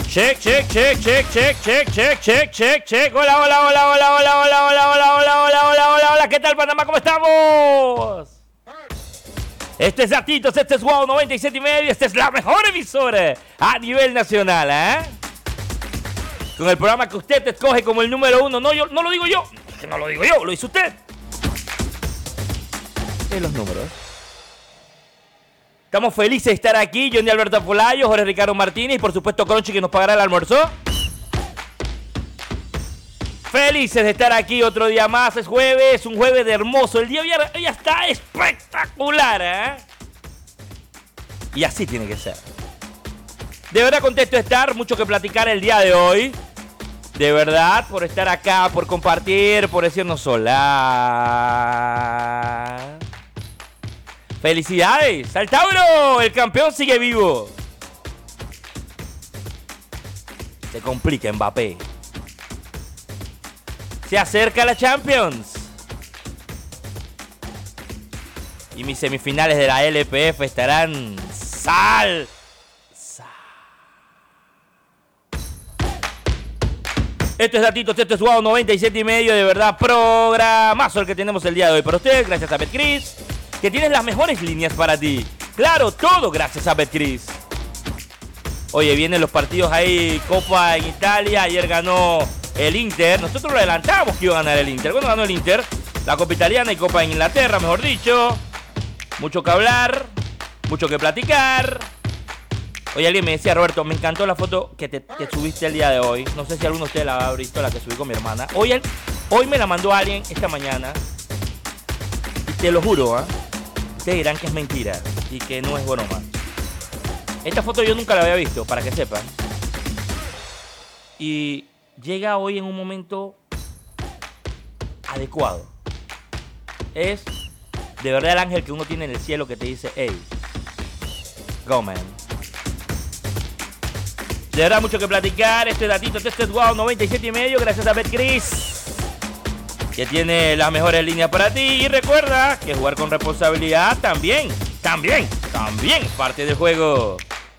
Check. Hola. ¿Qué tal, Panamá? ¿Cómo estamos? Este es Datitos, este es Wow 97.5. Esta es la mejor emisora a nivel nacional, ¿eh? Con el programa que usted escoge como el número uno. No, no lo digo yo. No lo digo yo, lo dice usted. En los números. Estamos felices de estar aquí. Johnny Alberto Polayo, Jorge Ricardo Martínez y por supuesto Cronchi, que nos pagará el almuerzo. Felices de estar aquí otro día más. Es jueves, un jueves de hermoso. El día hoy está espectacular, ¿eh? Y así tiene que ser. De verdad contento de estar, mucho que platicar el día de hoy. De verdad, por estar acá, por compartir, por decirnos hola. ¡Felicidades! ¡Al Tauro! ¡El campeón sigue vivo! Se complica Mbappé. Se acerca la Champions. Y mis semifinales de la LPF estarán Esto es Datitos, esto es Wow 97.5. De verdad, programazo el que tenemos el día de hoy para ustedes. Gracias a Betcris, que tienes las mejores líneas para ti. Claro, todo gracias a Betcris. Oye, vienen los partidos ahí, Copa en Italia. Ayer ganó el Inter. Nosotros lo adelantamos que iba a ganar el Inter. Bueno, ganó el Inter. La Copa Italiana y Copa en Inglaterra, mejor dicho. Mucho que hablar, mucho que platicar. Oye, alguien me decía, Roberto, me encantó la foto que subiste el día de hoy. No sé si alguno de ustedes la ha visto, la que subí con mi hermana. Hoy me la mandó alguien esta mañana. Y te lo juro, ¿eh? Ustedes dirán que es mentira y que no es broma. Esta foto yo nunca la había visto, para que sepan. Y llega hoy en un momento adecuado. Es de verdad el ángel que uno tiene en el cielo que te dice, hey, go man. De verdad, mucho que platicar. Este datito, este es Wow 97.5. Gracias a Betcris, que tiene las mejores líneas para ti. Y recuerda que jugar con responsabilidad también es parte del juego.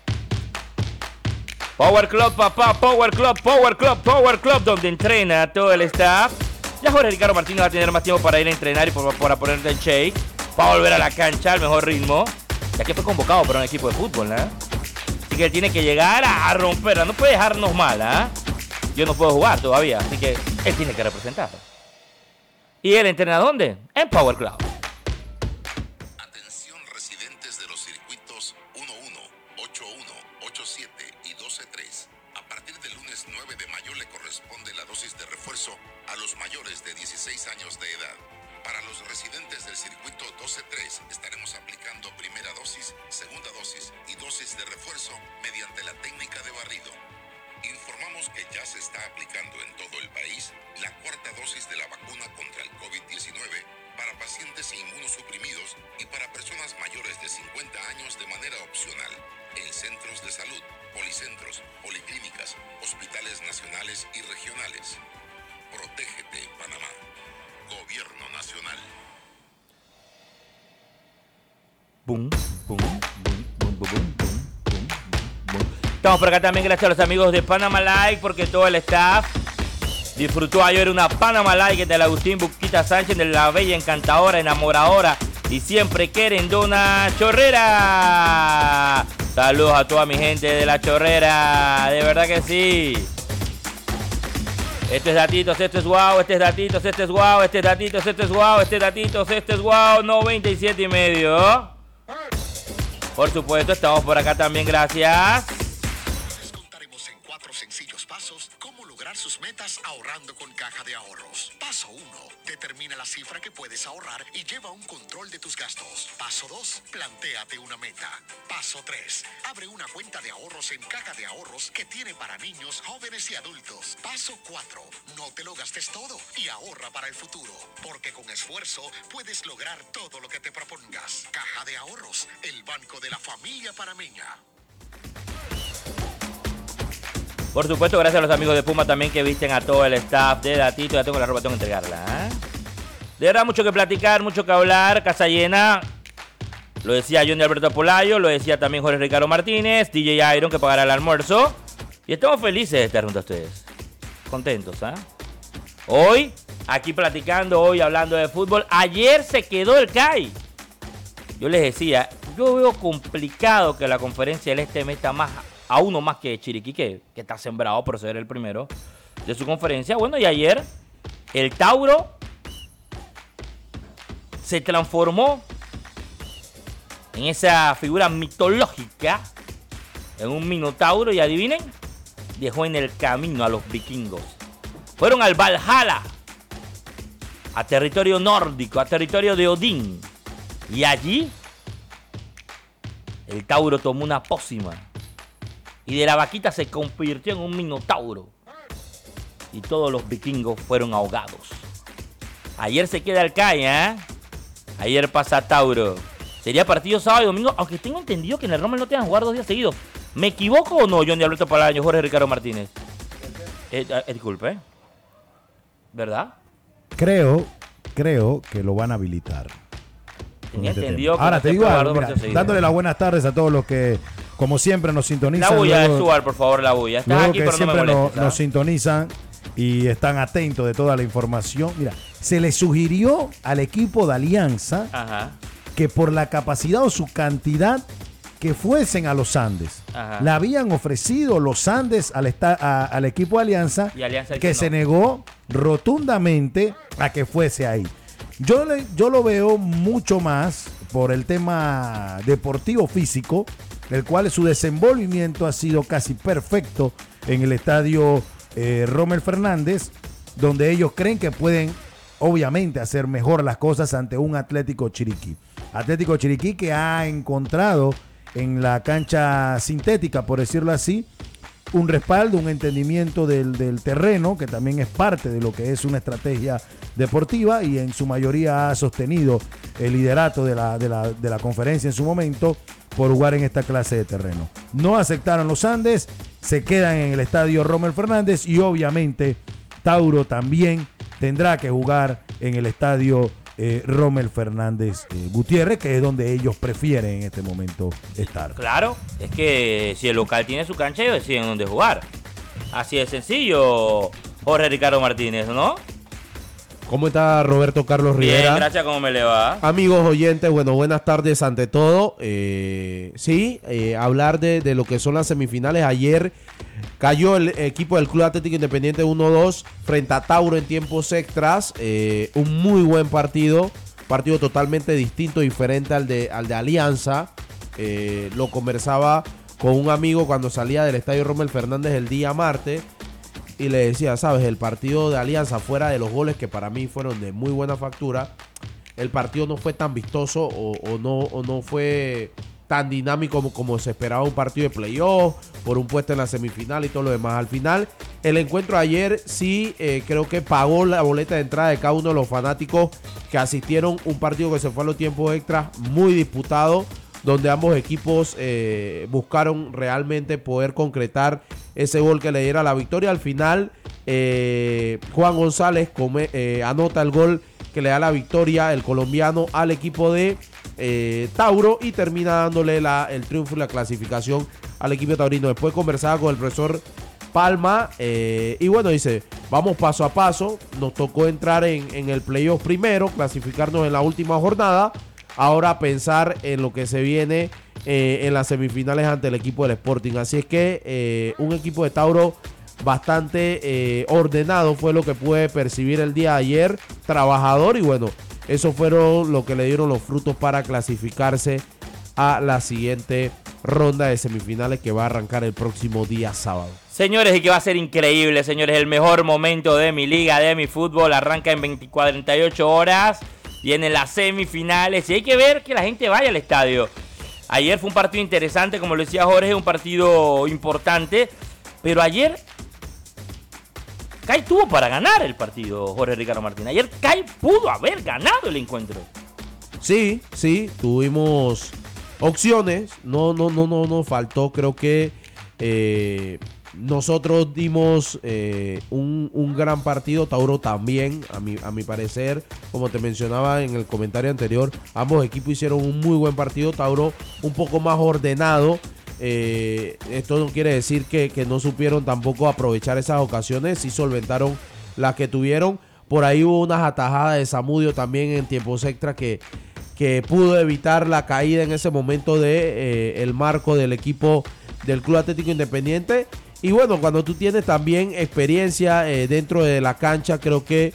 Power Club, papá, Power Club, donde entrena todo el staff. Ya Jorge Ricardo Martínez va a tener más tiempo para ir a entrenar y para ponerte el shake, para volver a la cancha al mejor ritmo, ya que fue convocado para un equipo de fútbol, ¿eh? Así que él tiene que llegar a romperla, no puede dejarnos mal, ¿eh? Yo no puedo jugar todavía, así que él tiene que representar. ¿Y él entrena dónde? En Power Club. Atención residentes de los circuitos 1-1, 8-1, 8-7 y 12-3. A partir del lunes 9 de mayo le corresponde la dosis de refuerzo a los mayores de 16 años de edad. Para los residentes del circuito 12-3 estaremos aplicando primera dosis, segunda dosis y dosis de refuerzo mediante la técnica de barrido. Informamos que ya se está aplicando en todo el país la cuarta dosis de la vacuna contra el COVID-19 para pacientes inmunosuprimidos y para personas mayores de 50 años de manera opcional en centros de salud, policentros, policlínicas, hospitales nacionales y regionales. Protégete, Panamá. Gobierno Nacional. Boom. Estamos por acá también gracias a los amigos de Panama Like, porque todo el staff disfrutó ayer una Panama Like del Agustín Buquita Sánchez, de la bella, encantadora, enamoradora y siempre querendona Chorrera. Saludos a toda mi gente de la Chorrera, de verdad que sí. Este es Datitos, este es Wow, este es Datitos, este es Wow, este es Datitos, este es Wow, este es Datitos, este es Wow 97.5. Por supuesto, estamos por acá también, gracias. Les contaremos en 4 sencillos pasos cómo lograr sus metas ahorrando con Caja de Ahorros. Paso 1. Determina la cifra que puedes ahorrar y lleva un control de tus gastos. Paso 2. Plantéate una meta. Paso 3. Abre una cuenta de ahorros en Caja de Ahorros que tiene para niños, jóvenes y adultos. Paso 4. No te lo gastes todo y ahorra para el futuro, porque con esfuerzo puedes lograr todo lo que te propongas. Caja de Ahorros, el banco de la familia panameña. Por supuesto, gracias a los amigos de Puma también que visten a todo el staff de Datito. Ya tengo la ropa, tengo que entregarla, ¿eh? De verdad, mucho que platicar, mucho que hablar. Casa llena. Lo decía Johnny Alberto Polayo, lo decía también Jorge Ricardo Martínez, DJ Iron, que pagará el almuerzo. Y estamos felices de estar junto a ustedes. Contentos, ¿ah? Hoy, aquí platicando, hoy hablando de fútbol. Ayer se quedó el CAI. Yo les decía, yo veo complicado que la Conferencia del Este meta más a uno más que Chiriquí, que está sembrado por ser el primero de su conferencia. Bueno, y ayer el Tauro se transformó en esa figura mitológica, en un minotauro, y adivinen, dejó en el camino a los vikingos. Fueron al Valhalla, a territorio nórdico, a territorio de Odín. Y allí, el Tauro tomó una pócima. Y de la vaquita se convirtió en un minotauro. Y todos los vikingos fueron ahogados. Ayer se queda el CAI, ¿eh? Ayer pasa Tauro. Sería partido sábado y domingo, aunque tengo entendido que en el Rommel no te van a jugar 2 días seguidos. ¿Me equivoco o no, Johnny Alberto Palaño, Jorge Ricardo Martínez? Disculpe. ¿Verdad? Creo que lo van a habilitar. Tenía entendido que ahora no te se digo puede algo, jugar 2 mira, partidos seguidos. dándole las buenas tardes a todos los que, como siempre, nos sintonizan. La bulla, luego, Stuart, por favor, la bulla. Estás luego aquí, que pero no me siempre molestes, nos sintonizan y están atentos de toda la información. Mira, se le sugirió al equipo de Alianza Ajá. que por la capacidad o su cantidad que fuesen a los Andes. Ajá. Le habían ofrecido los Andes al equipo de Alianza, Y Alianza que dice se no. negó rotundamente a que fuese ahí. Yo lo veo mucho más por el tema deportivo físico, el cual su desenvolvimiento ha sido casi perfecto en el estadio Rommel Fernández, donde ellos creen que pueden obviamente hacer mejor las cosas ante un Atlético Chiriquí. Atlético Chiriquí que ha encontrado en la cancha sintética, por decirlo así, un respaldo, un entendimiento del terreno, que también es parte de lo que es una estrategia deportiva, y en su mayoría ha sostenido el liderato de la conferencia en su momento por jugar en esta clase de terreno. No aceptaron los Andes, se quedan en el estadio Rommel Fernández, y obviamente Tauro también tendrá que jugar en el estadio Rommel Fernández Gutiérrez, que es donde ellos prefieren en este momento estar. Claro, es que si el local tiene su cancha, ellos deciden dónde jugar. Así de sencillo, Jorge Ricardo Martínez, ¿no? ¿Cómo está Roberto Carlos Bien, Rivera? gracias, ¿cómo me le va? Amigos oyentes, bueno, buenas tardes ante todo. Hablar de lo que son las semifinales. Ayer cayó el equipo del Club Atlético Independiente 1-2 frente a Tauro en tiempos extras. Un muy buen partido totalmente distinto, diferente al de Alianza. Lo conversaba con un amigo cuando salía del estadio Rommel Fernández el día martes. Y le decía, sabes, el partido de Alianza, fuera de los goles que para mí fueron de muy buena factura, el partido no fue tan vistoso o no fue tan dinámico como se esperaba un partido de playoff, por un puesto en la semifinal y todo lo demás. Al final, el encuentro de ayer sí creo que pagó la boleta de entrada de cada uno de los fanáticos que asistieron. Un partido que se fue a los tiempos extras, muy disputado, donde ambos equipos buscaron realmente poder concretar ese gol que le diera la victoria. Al final, Juan González anota el gol que le da la victoria, el colombiano, al equipo de Tauro, y termina dándole el triunfo y la clasificación al equipo taurino. Después conversaba con el profesor Palma y bueno, dice, vamos paso a paso. Nos tocó entrar en el playoff primero, clasificarnos en la última jornada. Ahora pensar en lo que se viene en las semifinales ante el equipo del Sporting. Así es que un equipo de Tauro bastante ordenado fue lo que pude percibir el día de ayer, trabajador, y bueno, eso fueron lo que le dieron los frutos para clasificarse a la siguiente ronda de semifinales que va a arrancar el próximo día sábado. Señores, y que va a ser increíble, señores, el mejor momento de mi liga, de mi fútbol, arranca en 48 horas. Vienen las semifinales y hay que ver que la gente vaya al estadio. Ayer fue un partido interesante, como lo decía Jorge, un partido importante. Pero ayer CAI tuvo para ganar el partido, Jorge Ricardo Martínez. Ayer CAI pudo haber ganado el encuentro. Sí, tuvimos opciones. No faltó, creo que nosotros dimos un gran partido. Tauro también, a mi parecer, como te mencionaba en el comentario anterior, ambos equipos hicieron un muy buen partido. Tauro un poco más ordenado, Esto no quiere decir que no supieron tampoco aprovechar esas ocasiones, sí solventaron las que tuvieron. Por ahí hubo unas atajadas de Zamudio también en tiempos extra que pudo evitar la caída en ese momento de el marco del equipo del Club Atlético Independiente. Y bueno, cuando tú tienes también experiencia dentro de la cancha, creo que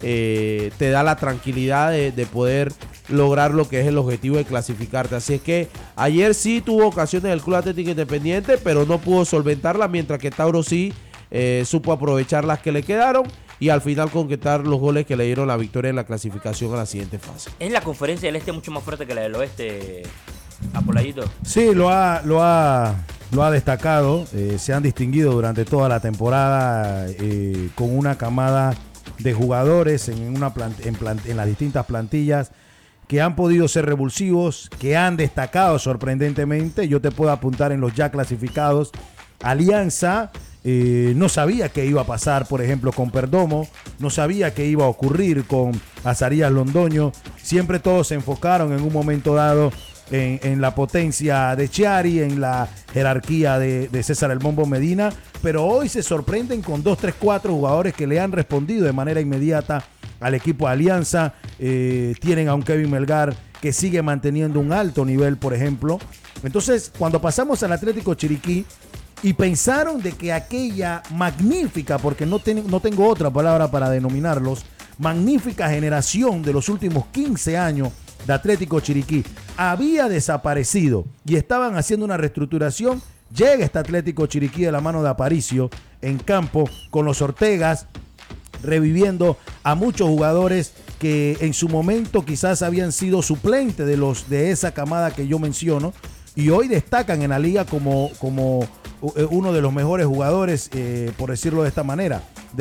te da la tranquilidad de poder lograr lo que es el objetivo de clasificarte. Así es que ayer sí tuvo ocasiones el Club Atlético Independiente, pero no pudo solventarla, mientras que Tauro sí supo aprovechar las que le quedaron y al final concretar los goles que le dieron la victoria en la clasificación a la siguiente fase. ¿Es la conferencia del este mucho más fuerte que la del oeste, Apolayito? Sí, lo ha destacado. Se han distinguido durante toda la temporada con una camada de jugadores en las distintas plantillas que han podido ser revulsivos, que han destacado sorprendentemente. Yo te puedo apuntar en los ya clasificados. Alianza no sabía qué iba a pasar, por ejemplo, con Perdomo, no sabía qué iba a ocurrir con Azarías Londoño. Siempre todos se enfocaron en un momento dado en la potencia de Chiari, en la jerarquía de César El Bombo Medina, pero hoy se sorprenden con 2, 3, 4 jugadores que le han respondido de manera inmediata al equipo de Alianza. Tienen a un Kevin Melgar que sigue manteniendo un alto nivel, por ejemplo. Entonces, cuando pasamos al Atlético Chiriquí y pensaron de que aquella magnífica, porque no tengo otra palabra para denominarlos, magnífica generación de los últimos 15 años de Atlético Chiriquí había desaparecido y estaban haciendo una reestructuración, llega este Atlético Chiriquí de la mano de Aparicio en campo con los Ortegas, reviviendo a muchos jugadores que en su momento quizás habían sido suplentes de esa camada que yo menciono y hoy destacan en la liga como uno de los mejores jugadores, por decirlo de esta manera.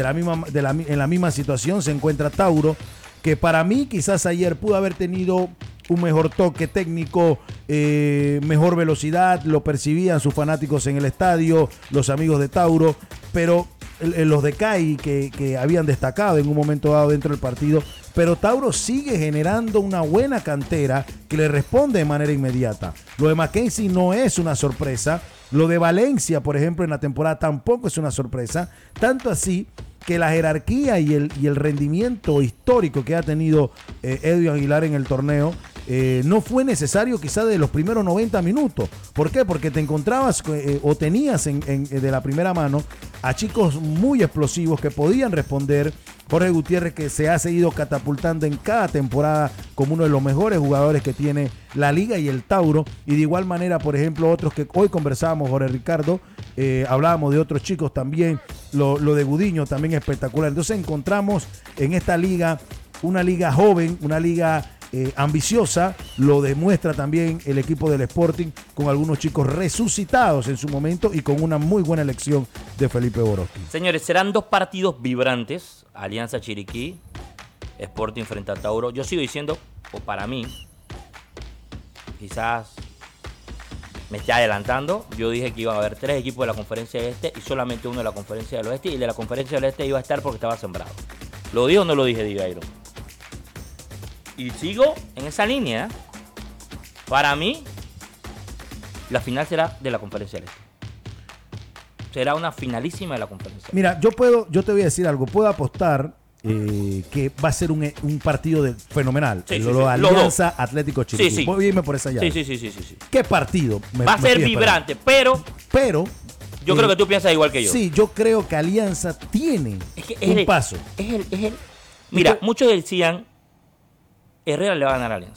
En la misma situación se encuentra Tauro, que para mí quizás ayer pudo haber tenido un mejor toque técnico, mejor velocidad, lo percibían sus fanáticos en el estadio, los amigos de Tauro, pero los de CAI que habían destacado en un momento dado dentro del partido, pero Tauro sigue generando una buena cantera que le responde de manera inmediata. Lo de Mackenzie no es una sorpresa, lo de Valencia, por ejemplo, en la temporada tampoco es una sorpresa, tanto así que la jerarquía y el rendimiento histórico que ha tenido Edio Aguilar en el torneo no fue necesario quizás de los primeros 90 minutos. ¿Por qué? Porque te encontrabas o tenías de la primera mano a chicos muy explosivos que podían responder. Jorge Gutiérrez, que se ha seguido catapultando en cada temporada como uno de los mejores jugadores que tiene la liga y el Tauro, y de igual manera, por ejemplo, otros que hoy conversábamos, Jorge Ricardo, hablábamos de otros chicos también, lo de Gudiño también espectacular. Entonces encontramos en esta liga una liga joven, una liga ambiciosa, lo demuestra también el equipo del Sporting con algunos chicos resucitados en su momento y con una muy buena elección de Felipe Borowski. Señores, serán 2 partidos vibrantes, Alianza Chiriquí, Sporting frente a Tauro. Yo sigo diciendo, o para mí, quizás me esté adelantando, yo dije que iba a haber 3 equipos de la conferencia del Este y solamente uno de la conferencia del Oeste, y el de la conferencia del Este iba a estar porque estaba sembrado. ¿Lo dije o no lo dije, Divairo? Y sigo en esa línea. Para mí, la final será de la conferencia del Este. Será una finalísima de la conferencia. Mira, yo te voy a decir algo. Puedo apostar que va a ser un partido fenomenal. Sí, lo de Alianza Atlético Chiriquí. Sí, sí. Voy a irme por esa llave. Sí. ¿Qué partido? Va a ser vibrante, pero yo creo que tú piensas igual que yo. Sí, yo creo que Alianza tiene un paso. Mira, muchos decían Herrera le va a ganar a Alianza.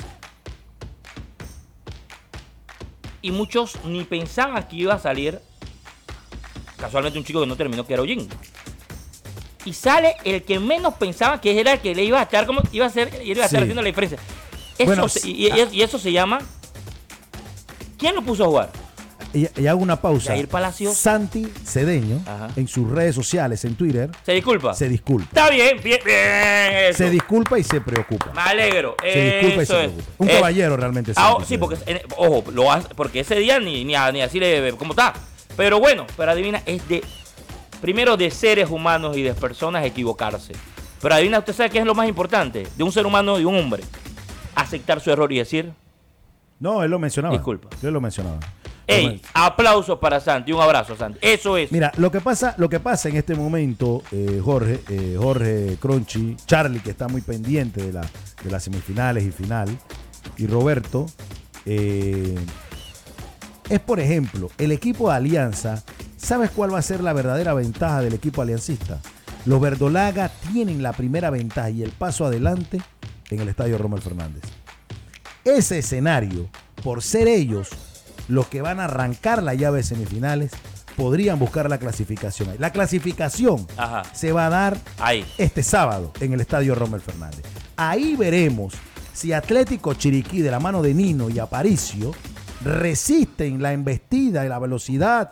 Y muchos ni pensaban que iba a salir casualmente un chico que no terminó, que era Ollín. Y sale el que menos pensaba que era el que le iba a estar como iba a estar haciendo la diferencia. Y eso se llama. ¿Quién lo puso a jugar? Y hago una pausa. Jair Palacios. Santi Cedeño, en sus redes sociales, en Twitter. ¿Se disculpa? Se disculpa. Está bien, bien. Eso. Se disculpa y se preocupa. Me alegro. Se disculpa y se preocupa. Un caballero realmente. Sí, porque, ojo, porque ese día ni así le. ¿Cómo está? Pero bueno, pero adivina, es primero de seres humanos y de personas equivocarse. Pero adivina, ¿usted sabe qué es lo más importante de un ser humano y un hombre? Aceptar su error y decir. No, él lo mencionaba. Disculpa. Él lo mencionaba. Ey, aplausos para Santi, un abrazo, Santi. Eso es. Mira, lo que pasa en este momento, Jorge, Cronchi, Charlie, que está muy pendiente de las semifinales y final, y Roberto, es, por ejemplo, el equipo de Alianza. ¿Sabes cuál va a ser la verdadera ventaja del equipo aliancista? Los verdolaga tienen la primera ventaja y el paso adelante en el estadio Rommel Fernández. Ese escenario, por ser ellos los que van a arrancar la llave de semifinales, podrían buscar la clasificación. La clasificación se va a dar ahí este sábado en el estadio Rommel Fernández. Ahí veremos si Atlético Chiriquí, de la mano de Nino y Aparicio, resisten la embestida y la velocidad,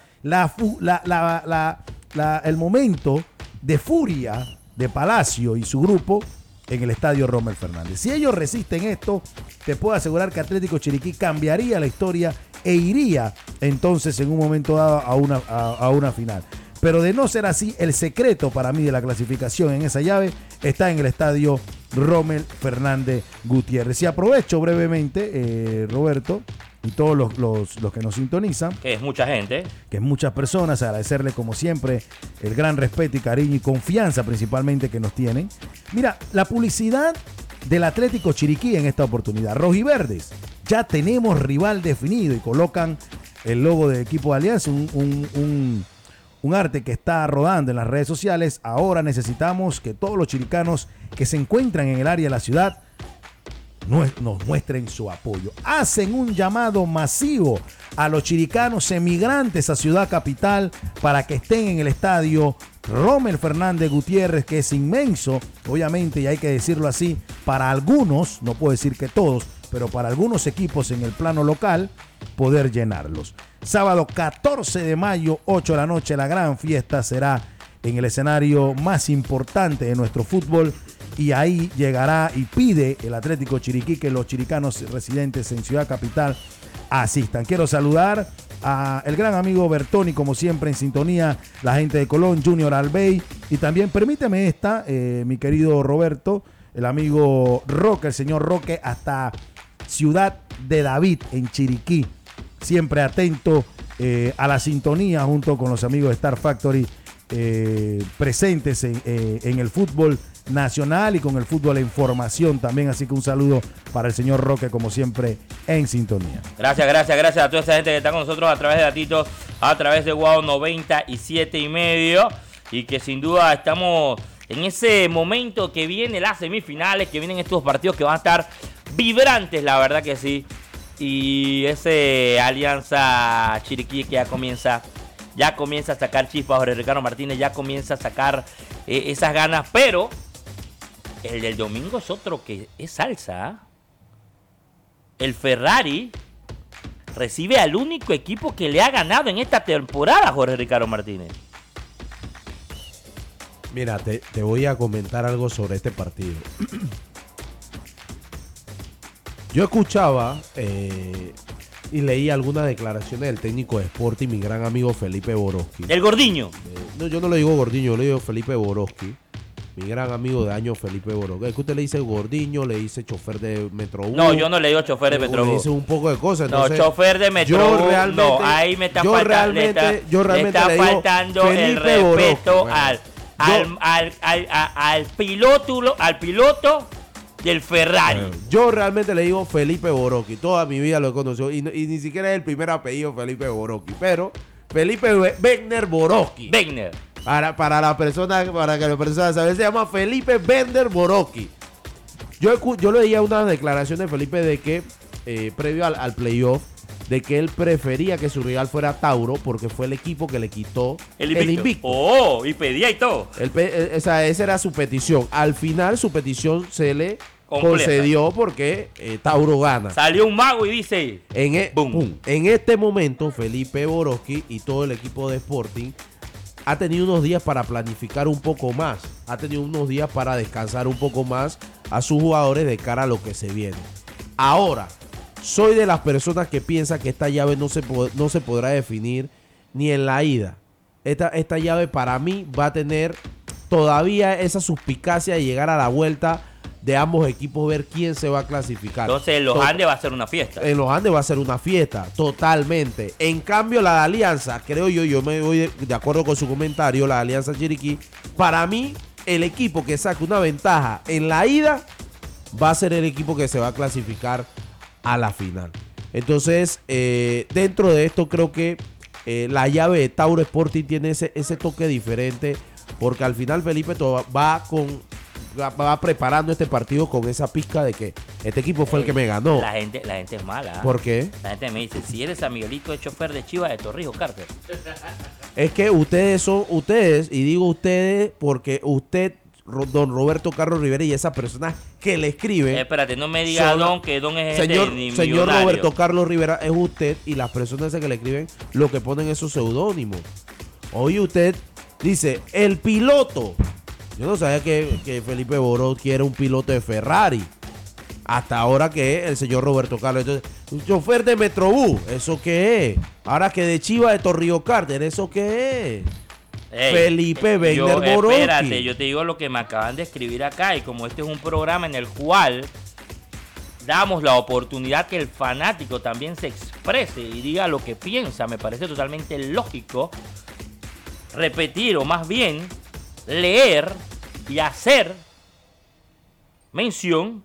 el momento de furia de Palacio y su grupo en el estadio Rommel Fernández. Si ellos resisten esto, te puedo asegurar que Atlético Chiriquí cambiaría la historia e iría entonces en un momento dado a una final. Pero de no ser así, el secreto para mí de la clasificación en esa llave está en el estadio Rommel Fernández Gutiérrez. Y aprovecho brevemente, Roberto, y todos los que nos sintonizan, que es mucha gente, que es muchas personas, agradecerle como siempre el gran respeto y cariño y confianza principalmente que nos tienen. Mira, la publicidad del Atlético Chiriquí en esta oportunidad. Rojiverdes, ya tenemos rival definido, y colocan el logo del equipo de Alianza, un arte que está rodando en las redes sociales. Ahora necesitamos que todos los chiricanos que se encuentran en el área de la ciudad nos muestren su apoyo. Hacen un llamado masivo a los chiricanos emigrantes a Ciudad Capital para que estén en el estadio Rommel Fernández Gutiérrez, que es inmenso, obviamente, y hay que decirlo así, para algunos, no puedo decir que todos, pero para algunos equipos en el plano local, poder llenarlos. Sábado 14 de mayo, 8 de la noche, la gran fiesta será en el escenario más importante de nuestro fútbol, y ahí llegará y pide el Atlético Chiriquí que los chiricanos residentes en Ciudad Capital asistan. Quiero saludar a el gran amigo Bertoni, como siempre en sintonía, la gente de Colón, Junior Albey, y también permíteme mi querido Roberto, el amigo Roque, el señor Roque, hasta Ciudad de David en Chiriquí, siempre atento a la sintonía junto con los amigos de Star Factory, presentes en el fútbol nacional y con el fútbol en formación también, así que un saludo para el señor Roque, como siempre en sintonía. Gracias a toda esa gente que está con nosotros a través de Datitos, a través de Wow 97.5, y que sin duda estamos en ese momento que viene las semifinales, que vienen estos partidos que van a estar vibrantes, la verdad que sí, y ese Alianza Chiriquí que ya comienza a sacar chispas. Jorge Ricardo Martínez ya comienza a sacar esas ganas, pero el del domingo es otro que es salsa. El Ferrari recibe al único equipo que le ha ganado en esta temporada, Jorge Ricardo Martínez. Mira, te voy a comentar algo sobre este partido. Yo escuchaba y leí algunas declaraciones del técnico de Sporting, mi gran amigo Felipe Borowski. El Gordiño. No, yo no le digo Gordiño, yo le digo Felipe Borowski. Mi gran amigo de años, Felipe Borowski. Es que usted le dice Gordiño, le dice chofer de Metro 1. No, yo no le digo chofer de Metro 1. Le dice un poco de cosas. Entonces, no, chofer de Metro 1. No, ahí me está faltando. Le está faltando el respeto al piloto del Ferrari. Yo realmente le digo Felipe Borowski. Toda mi vida lo he conocido. Y ni siquiera es el primer apellido Felipe Borowski. Pero Felipe Wegner Borowski. Wegner. Para la persona, para que la persona sabe, se llama Felipe Wegner Borowski. Yo leía unas declaraciones de Felipe de que, previo al playoff, de que él prefería que su rival fuera Tauro porque fue el equipo que le quitó el invicto. Oh, y pedía y todo. Esa era su petición. Al final su petición se le concedió porque Tauro gana. Salió un mago y dice boom. En este momento Felipe Borowski y todo el equipo de Sporting ha tenido unos días para planificar un poco más. Ha tenido unos días para descansar un poco más a sus jugadores de cara a lo que se viene. Ahora, soy de las personas que piensan que esta llave no se podrá definir ni en la ida. Esta llave para mí va a tener todavía esa suspicacia de llegar a la vuelta de ambos equipos ver quién se va a clasificar. Entonces, en los Andes va a ser una fiesta. En los Andes va a ser una fiesta, totalmente. En cambio, la de Alianza, creo yo me voy de acuerdo con su comentario, la de Alianza Chiriquí, para mí, el equipo que saque una ventaja en la ida va a ser el equipo que se va a clasificar a la final. Entonces, dentro de esto creo que la llave de Tauro Sporting tiene ese toque diferente, porque al final Felipe va preparando este partido con esa pizca de que este equipo fue el que me ganó. La gente es mala. ¿Por qué? La gente me dice, si eres San Miguelito de chofer de Chivas de Torrijos, Carter. Es que ustedes, y digo ustedes porque usted, don Roberto Carlos Rivera, y esa persona que le escribe. Espérate, no me diga don, que don es señor millonario. Roberto Carlos Rivera es usted, y las personas esas que le escriben lo que ponen esos seudónimos. Oye, usted dice, el piloto. Yo no sabía que Felipe Boró quiere un piloto de Ferrari. Hasta ahora que el señor Roberto Carlos. Entonces, un chofer de Metrobús, ¿eso qué es? Ahora que de Chivas de Torrijos Carter, ¿eso qué es? Ey, Felipe Weiner Borowski. Espérate, yo te digo lo que me acaban de escribir acá. Y como este es un programa en el cual damos la oportunidad que el fanático también se exprese y diga lo que piensa, me parece totalmente lógico repetir, o más bien leer y hacer mención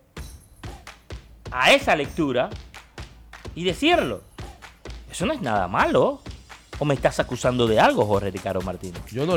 a esa lectura y decirlo. Eso no es nada malo. ¿O me estás acusando de algo, Jorge Ricardo Martínez?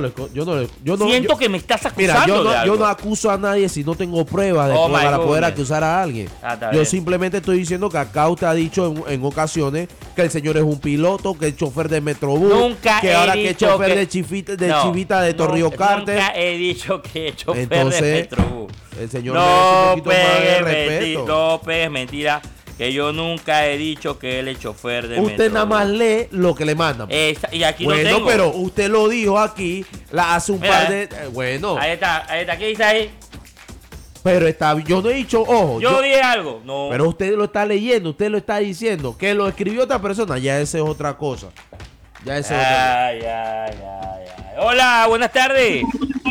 Siento que me estás acusando de algo. Yo no acuso a nadie si no tengo pruebas para poder acusar a alguien. Yo simplemente estoy diciendo que acá usted ha dicho en ocasiones que el señor es un piloto, que es chofer de Metrobús, Nunca que ahora que es chofer de Chivita de Torrijos Carter. Nunca he dicho que es chofer de Metrobús. El señor merece un poquito más de respeto. No pegues mentira. Que yo nunca he dicho que él es chofer de Usted nada más lee lo que le mandan. Y aquí bueno, lo tengo. Pero usted lo dijo aquí hace un par de... bueno. Ahí está. ¿Qué dice ahí? Pero yo no he dicho, ojo. Yo dije algo. No. Pero usted lo está leyendo, usted lo está diciendo. Que lo escribió otra persona, ya esa es otra cosa. Ya esa es otra cosa. Hola, buenas tardes.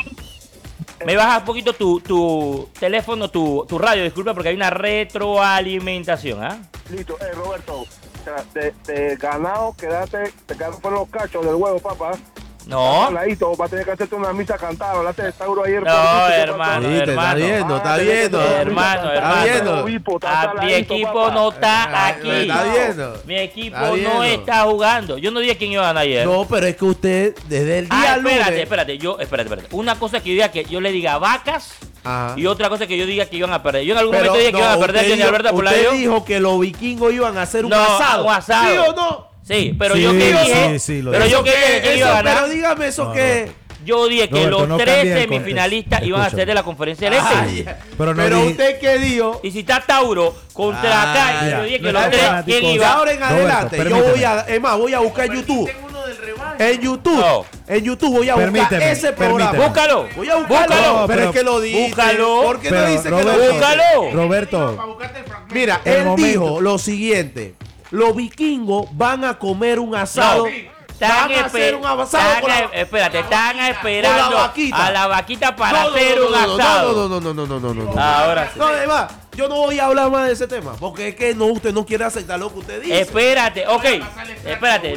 Me baja un poquito tu teléfono, tu radio, disculpa, porque hay una retroalimentación, ¿ah? Listo, Roberto, te ganado, te quedaron por los cachos del huevo, papá. No. Va a tener que hacerte una misa cantada, hablaste de Tauro ayer. No, hermano, sí, hermano. Está viendo. Hermano. Mi equipo no está aquí. Está viendo. Mi equipo no está jugando. Yo no dije quién iba a ganar ayer. No, pero es que usted, desde el día lunes... Espérate. Una cosa es que yo le diga vacas. Ajá. Y otra cosa es que yo diga que iban a perder. Yo en algún momento dije que iban a perder Johnny Alberto Polayo. Usted dijo que los vikingos iban a hacer un asado. ¿Sí o no? Sí, pero yo que dije. Pero yo que iba a ganar. Pero dígame eso que. Yo dije que los 3 semifinalistas iban a ser de la Conferencia del Este. Pero usted qué dijo. Y si está Tauro contra acá, yo dije que los 3, ¿quién iba? De ahora en adelante, yo voy a buscar YouTube. En YouTube voy a buscar ese programa. Búscalo. Voy a buscarlo. Pero es que lo dice. Búscalo. ¿Por qué no dice que lo dice? Búscalo. Roberto. Mira, él dijo lo siguiente. Los vikingos van a comer un asado. Van a hacer un asado están esperando a la vaquita para hacer un asado. No. Ahora sí. No, además, yo no voy a hablar más de ese tema. Porque es que usted no quiere aceptar lo que usted dice. Espérate, ok. Espérate,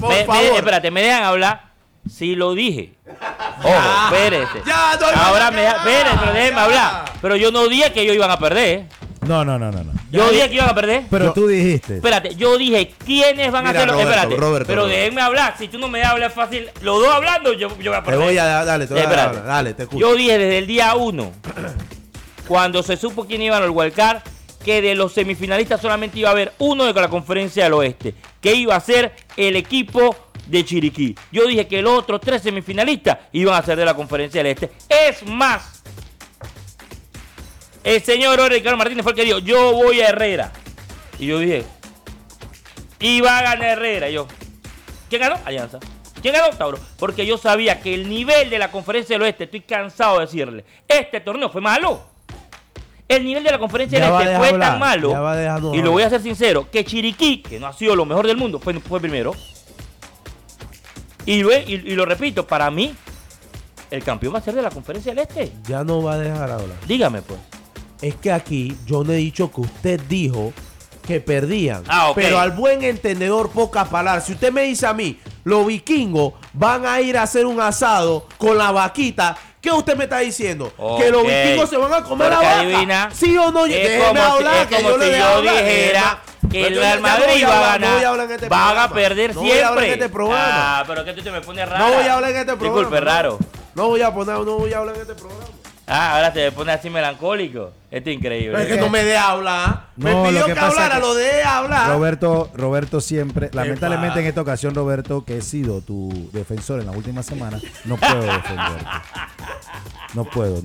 me dejan hablar. Si lo dije. Ojo, espérate. Ahora pero déjenme hablar. Pero yo no dije que ellos iban a perder. No. Yo dije que iban a perder. Pero tú dijiste. Espérate, yo dije quiénes van a hacerlo. Roberto, pero déjenme hablar. Si tú no me das hablar fácil, los dos hablando, yo voy a perder. Te voy a dar, dale, te escucho. Yo dije desde el día 1, cuando se supo quién iban al wildcard, que de los semifinalistas solamente iba a haber uno de la Conferencia del Oeste, que iba a ser el equipo de Chiriquí. Yo dije que los otros 3 semifinalistas iban a ser de la Conferencia del Este. Es más, el señor Ricardo Martínez fue el que dijo, yo voy a Herrera. Y yo dije, iba a ganar Herrera. Y yo, ¿quién ganó? Alianza. ¿Quién ganó? Tauro. Porque yo sabía que el nivel de la Conferencia del Oeste, estoy cansado de decirle, este torneo fue malo. El nivel de la Conferencia del Este fue tan malo, y lo voy a ser sincero, que Chiriquí, que no ha sido lo mejor del mundo, fue primero. Y lo repito, para mí, el campeón va a ser de la Conferencia del Este. Ya no va a dejar hablar. Dígame, pues. Es que aquí yo no he dicho que usted dijo que perdían. Ah, ok. Pero al buen entendedor, pocas palabras. Si usted me dice a mí, los vikingos van a ir a hacer un asado con la vaquita, ¿qué usted me está diciendo? Ok. Que los vikingos se van a comer la Porque vaca. adivina, ¿Sí o no? es Déjeme como hablar, si, que yo le dejo hablar. dijera que el Yo Real ya no Madrid voy a va a hablar, no voy a ganar, hablar en este van a programa. perder No siempre. voy a hablar en este programa. Ah, pero que tú te me pones raro. No voy a hablar en este programa. Disculpe, raro. No voy a hablar en este programa. Ah, ahora te pones así melancólico. Esto es increíble. Pero es que no me deja hablar. Me No, pidió lo que que pasa hablara, es que lo dejé hablar. Roberto siempre, lamentablemente pasa? en esta ocasión, Roberto, que he sido tu defensor en la última semana, no puedo defenderte. No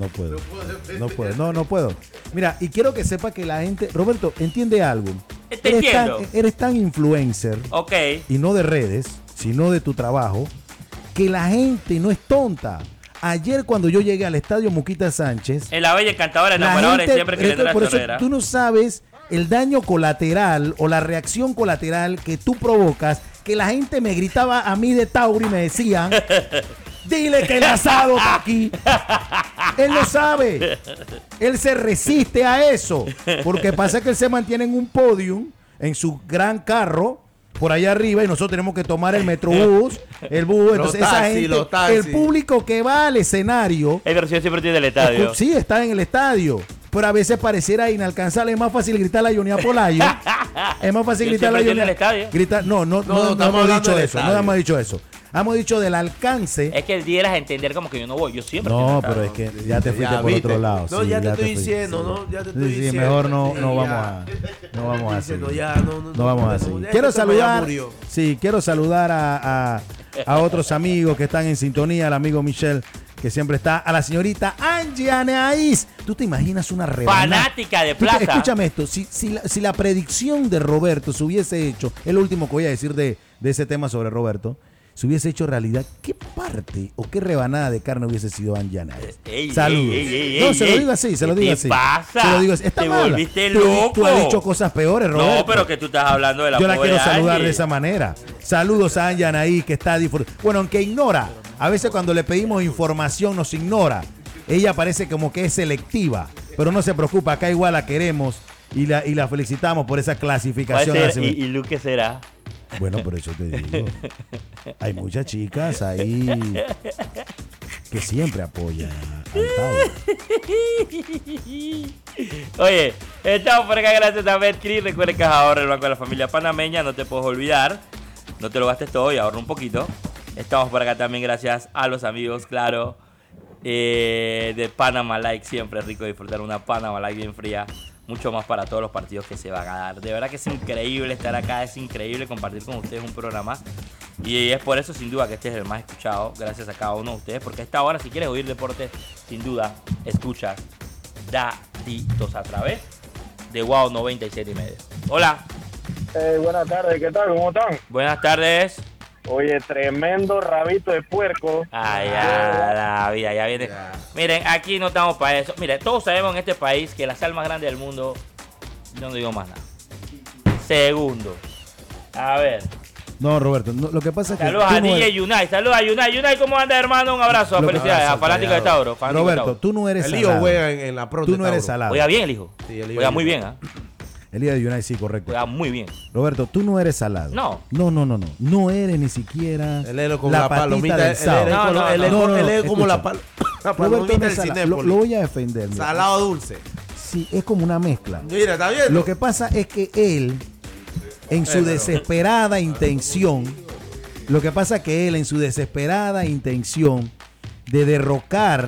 puedo. Mira, y quiero que sepa que la gente, Roberto, entiende algo. Te entiendo. Eres tan influencer, Ok. y no de redes, sino de tu trabajo, que la gente no es tonta. Ayer cuando yo llegué al estadio Muquita Sánchez, En la bella encantadora la enamoradora gente, siempre que le trae la por eso chorrera. tú no sabes el daño colateral o la reacción colateral que tú provocas, que la gente me gritaba a mí de Tauri y me decían, dile que el asado está aquí. Él lo sabe. Él se resiste a eso. Porque pasa que él se mantiene en un podium, en su gran carro, por allá arriba, y nosotros tenemos que tomar el metrobús, el bus. Entonces, esa taxis, los gente, taxis. el público que va al escenario, Ey, pero si yo siempre estoy del estadio. sí, está en el estadio. Pero a veces pareciera inalcanzable. Es más fácil gritar a Johnny Apolayo. Es más fácil Yo gritar a siempre estoy Johnny. en el estadio. No estamos hemos hablando dicho del eso. No estadio. hemos dicho eso. Hemos dicho del alcance. Es que dieras a entender como que yo no voy. Yo siempre estoy en No, el pero es estadio. que ya te fuiste Ya, por ¿viste? otro lado. No, sí, ya te estoy fuiste, diciendo, sí. ¿no? Ya te Sí, estoy sí, diciendo. mejor no Sí, vamos ya. a seguir. Diciendo, ya, No vamos a ya, seguir. ya Quiero este tema ya saludar. murió. Sí, quiero saludar a otros amigos que están en sintonía. Al amigo Michelle, que siempre está. A la señorita Angie Anaís. ¿Tú te imaginas una rebanada? Fanática de Tú te- plaza. Escúchame esto. Si la predicción de Roberto se hubiese hecho, es lo último que voy a decir de ese tema sobre Roberto, se hubiese hecho realidad, ¿qué parte o qué rebanada de carne hubiese sido Angie Anaís? Ey, Saludos. ey, No, ey, se lo ey. digo así, se lo ¿Qué digo te así. pasa? Se lo digo así. Está Te mala. volviste Tú loco. has dicho cosas peores, Roberto. No, pero que tú estás hablando de la Yo la pobre quiero saludar Angie. de esa manera. Saludos a Angie Anaí, que está disfrutando. Bueno, aunque ignora. A veces cuando le pedimos información nos ignora. Ella parece como que es selectiva. Pero no se preocupa, acá igual la queremos y la felicitamos por esa Va a clasificación. ser, ¿y Luque será? Bueno, por eso te digo. Hay muchas chicas ahí que siempre apoyan al Tauro. Oye, estamos por acá gracias a Betcris. Recuerden que es ahora el banco de la familia panameña. No te puedes olvidar. No te lo gastes todo y ahorra un poquito. Estamos por acá también gracias a los amigos, claro, de Panama Like. Siempre es rico disfrutar una Panama Like bien fría. Mucho más para todos los partidos que se van a dar. De verdad que es increíble estar acá. Es increíble compartir con ustedes un programa. Y es por eso, sin duda, que este es el más escuchado. Gracias a cada uno de ustedes. Porque a esta hora, si quieres oír deporte, sin duda, escuchas Datitos a través de Wow 97.5. Hola, Buenas tardes, ¿qué tal? ¿Cómo están? buenas tardes. Oye, tremendo rabito de puerco. Ay, ya, la vida, ya viene. Miren, aquí no estamos para eso. Miren, todos sabemos en este país que la sal más grande del mundo, yo no digo más nada. Segundo. A ver. No, Roberto, no, lo que pasa es que. Saludos tú a no DJ eres- Yunai. Saludos a Yunai. Yunai, ¿cómo anda, hermano? Un abrazo. Lo que Felicidades pasa, a fanático de callado. Tauro. fanático de Roberto, Tauro. tú no eres El hijo salado. juega en la pro Tú de no eres Tauro. salado. Juega bien el hijo. Sí, el hijo Juega es muy bien. bien, ¿ah? El día de United, sí, correcto. Juega muy bien. Roberto, tú no eres salado. No. No. No eres ni siquiera Él es como la la patita palomita. del Él sábado. es No, como- no, él es no. como- él es como la Escucha. la Roberto no palomita del es salado. Cinépolis. Lo voy a defender. mira. Salado dulce. Sí, es como una mezcla. Mira, ¿está viendo? Lo que pasa es que él, en su desesperada intención, de derrocar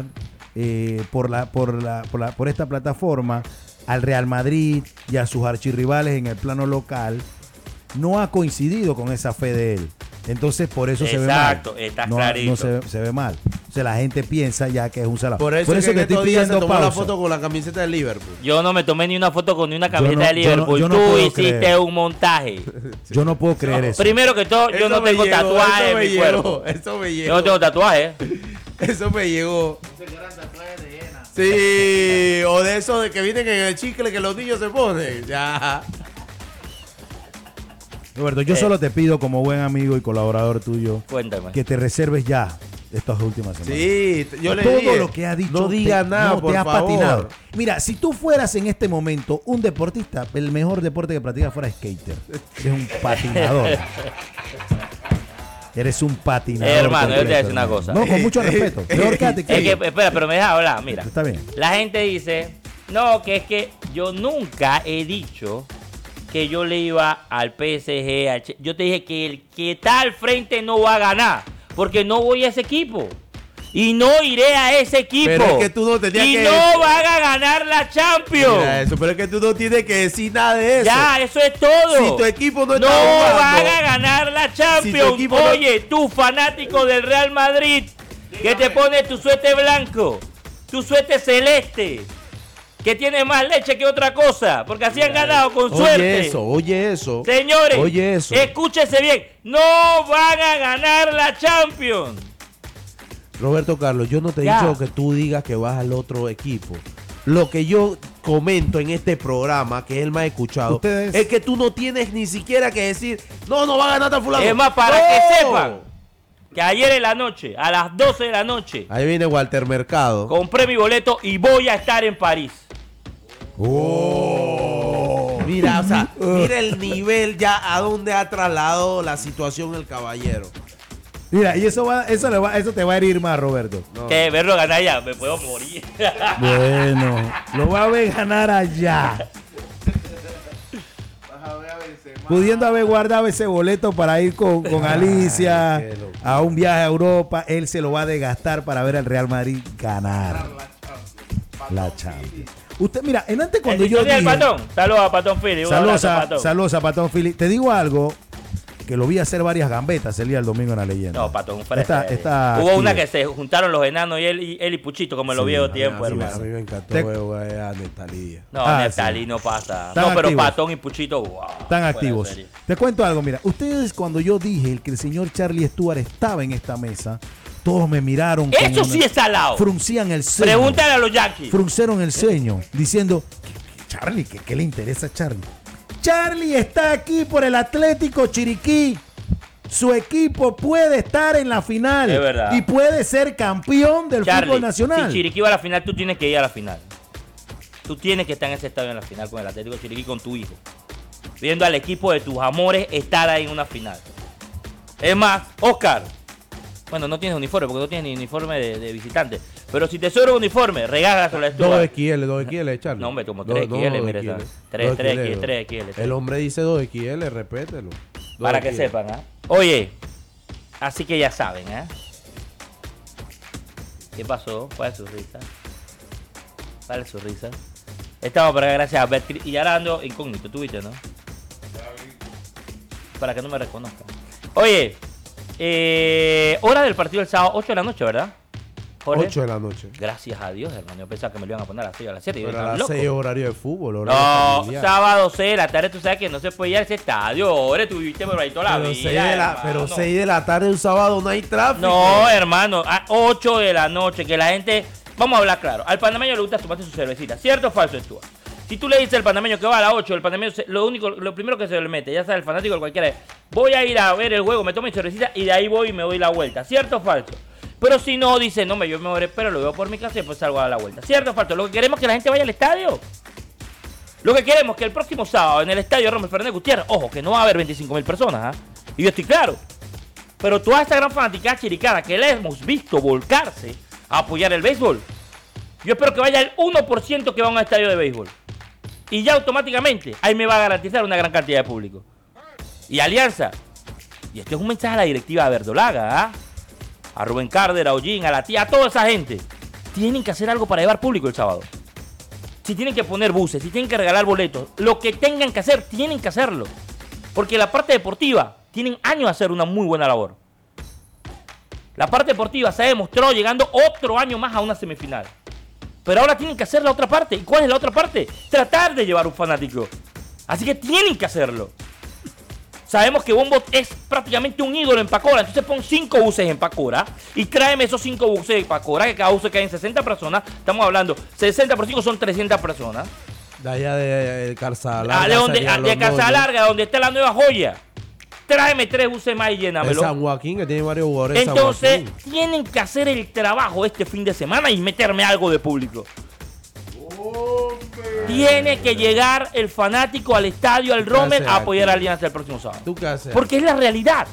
por esta plataforma al Real Madrid y a sus archirrivales en el plano local, no ha coincidido con esa fe de él. Entonces, por eso se ve mal. Exacto, está clarito. No se ve mal. O sea, la gente piensa ya que es un salado. Por eso que en te estos días se tomó la pausa. foto con la camiseta de Liverpool. Yo no me tomé ni una foto con ni una camiseta no- de Liverpool. yo no Tú puedo hiciste creer. un montaje. Yo no puedo creer eso. Primero que todo, yo Eso no me tengo llegó, tatuaje eso en me mi cuerpo. llegó, Eso me llegó. Yo no tengo tatuaje. Eso me llegó. Sí, o de eso de que vienen en el chicle que los niños se ponen. Ya. Roberto, yo solo te pido como buen amigo y colaborador tuyo Cuéntame. que te reserves ya estas últimas semanas. Sí, yo le Todo dije, lo que ha dicho no diga nada, no, por te ha favor. patinado. Mira, si tú fueras en este momento un deportista, el mejor deporte que practicas fuera skater. Eres un patinador. Eres un patinador. Hermano, yo te voy a completo, decir una hermano. cosa. No, con mucho respeto. Peor que a ti, Es que, espera, pero me deja hablar, mira. Está bien. La gente dice, no, que es que yo nunca he dicho que yo le iba al PSG. Yo te dije que el que está al frente no va a ganar, porque no voy a ese equipo. Y no iré a ese equipo. Pero es que tú no tenías y que no decir- van a ganar la Champions. Mira eso, pero es que tú no tienes que decir nada de eso. Ya, eso es todo. Si tu equipo no está No jugando, van a ganar la Champions. equipo no- Oye, tú fanático del Real Madrid, que te pone tu suéter blanco, tu suéter celeste, que tiene más leche que otra cosa, porque así han ganado con suerte. Oye eso. Señores, Oye eso. escúchese bien, no van a ganar la Champions. Roberto Carlos, yo no te he Ya. dicho que tú digas que vas al otro equipo. Lo que yo comento en este programa, que es el más escuchado, Ustedes- es que tú no tienes ni siquiera que decir, no va a ganar tal fulano. Es más, para ¡No! que sepan que ayer en la noche, a las 12 de la noche, Ahí viene Walter Mercado. compré mi boleto y voy a estar en París. Mira, o sea, mira el nivel ya a donde ha trasladado la situación el caballero. Mira, y eso te va a herir más, Roberto. Que verlo ganar ya, me puedo morir. Bueno, lo va a ver ganar allá. Pudiendo haber guardado ese boleto para ir con Alicia qué locura. a un viaje a Europa, él se lo va a desgastar para ver al Real Madrid ganar la Champions. Usted, mira, en antes cuando yo ¿El dije... Patón? Saludos a Patón Philly. un abrazo, Patón. Saludos a Patón Philly. Te digo algo, que lo vi hacer varias gambetas el día del domingo en la leyenda. No, Patón, un Está Hubo una activo. que se juntaron los enanos y él y Puchito, como en los viejos tiempos, a mí hermano. me encantó Te- ver a Netalía. No, Ah, Neftali sí. no pasa. Están No, pero activos. Patón y Puchito, wow. Están fuera de activos. serie. Te cuento algo, mira. Ustedes cuando yo dije que el señor Charlie Stuart estaba en esta mesa, todos me miraron. como Eso sí una- es salado. Fruncían el ceño. Pregúntale a los Yankees. Fruncieron el ceño, diciendo, Charlie, ¿qué le interesa a Charlie? Charlie está aquí por el Atlético Chiriquí. Su equipo puede estar en la final. Es verdad. Y puede ser campeón del Charlie, fútbol nacional. si Chiriquí va a la final, tú tienes que ir a la final. Tú tienes que estar en ese estadio en la final con el Atlético Chiriquí, con tu hijo. Viendo al equipo de tus amores estar ahí en una final. Es más, Oscar, bueno, no tienes uniforme porque no tienes ni uniforme de visitante. Pero si te sobra un uniforme, regálaselo a Stuart. 2XL, Charlie. No, hombre, como 3XL, mire, esa. 3XL. El hombre dice 2XL, respételo. Para 2XL. que sepan, ¿ah? Oye, así que ya saben, ¿ah? ¿Qué pasó? ¿Cuál es su risa? ¿Cuál es su risa? Estamos por acá gracias a Betcris. Y ahora ando incógnito, tú viste, ¿no? Para que no me reconozcan. Oye, hora del partido del sábado, 8 de la noche, ¿verdad? Jorge. 8 de la noche. Gracias a Dios, hermano. Yo pensaba que me lo iban a poner a las 6 o a las 7. Yo Pero a estaba las loco. 6 horario de fútbol, horario No, familiar. sábado 6 de la tarde, tú sabes que no se puede ir a ese estadio. Ahora tú viviste por ahí toda la Pero vida. 6 de hermano. la tarde un sábado no hay tráfico. No, hermano, a 8 de la noche, que la gente... Vamos a hablar claro. Al panameño le gusta tomarse su cervecita. ¿Cierto o falso, Stuart? Si tú le dices al panameño que va a las 8, el panameño lo primero que se le mete, ya sea el fanático de cualquiera, es voy a ir a ver el juego, me tomo mi cervecita y de ahí voy y me doy la vuelta. ¿Cierto o falso? Pero si no, dice, no, yo me voy, pero lo veo por mi casa y después salgo a dar la vuelta. ¿Cierto o falso? Lo que queremos es que la gente vaya al estadio. Lo que queremos es que el próximo sábado en el estadio Rommel Fernández Gutiérrez, ojo, que no va a haber 25,000 personas, ¿ah? Y yo estoy claro. Pero toda esta gran fanaticada chiricana que la hemos visto volcarse a apoyar el béisbol, yo espero que vaya el 1% que va a un estadio de béisbol. Y ya automáticamente ahí me va a garantizar una gran cantidad de público. Y Alianza, y esto es un mensaje a la directiva de Verdolaga, ¿ah? A Rubén Carder, a Ollín, a la tía, a toda esa gente. Tienen que hacer algo para llevar público el sábado. Si tienen que poner buses, si tienen que regalar boletos, lo que tengan que hacer, tienen que hacerlo. Porque la parte deportiva, tienen años de hacer una muy buena labor. La parte deportiva se ha demostrado llegando otro año más a una semifinal. Pero ahora tienen que hacer la otra parte. ¿Y cuál es la otra parte? Tratar de llevar un fanático. Así que tienen que hacerlo. Sabemos que Bombo es prácticamente un ídolo en Pacora. Entonces pon 5 buses en Pacora y tráeme esos 5 buses en Pacora, que cada bus cae en 60 personas. Estamos hablando, 60 por 5 son 300 personas. De allá de Calzada De Casa Larga, donde está la nueva joya. tráeme 3 buses más y El llénamelo. San Joaquín, que tiene varios jugadores. de San Entonces, Joaquín. tienen que hacer el trabajo este fin de semana y meterme algo de público. Tiene que llegar el fanático al estadio, al Rommel, haces a apoyar a aquí? Alianza el próximo sábado. ¿Tú qué haces? Porque es la realidad.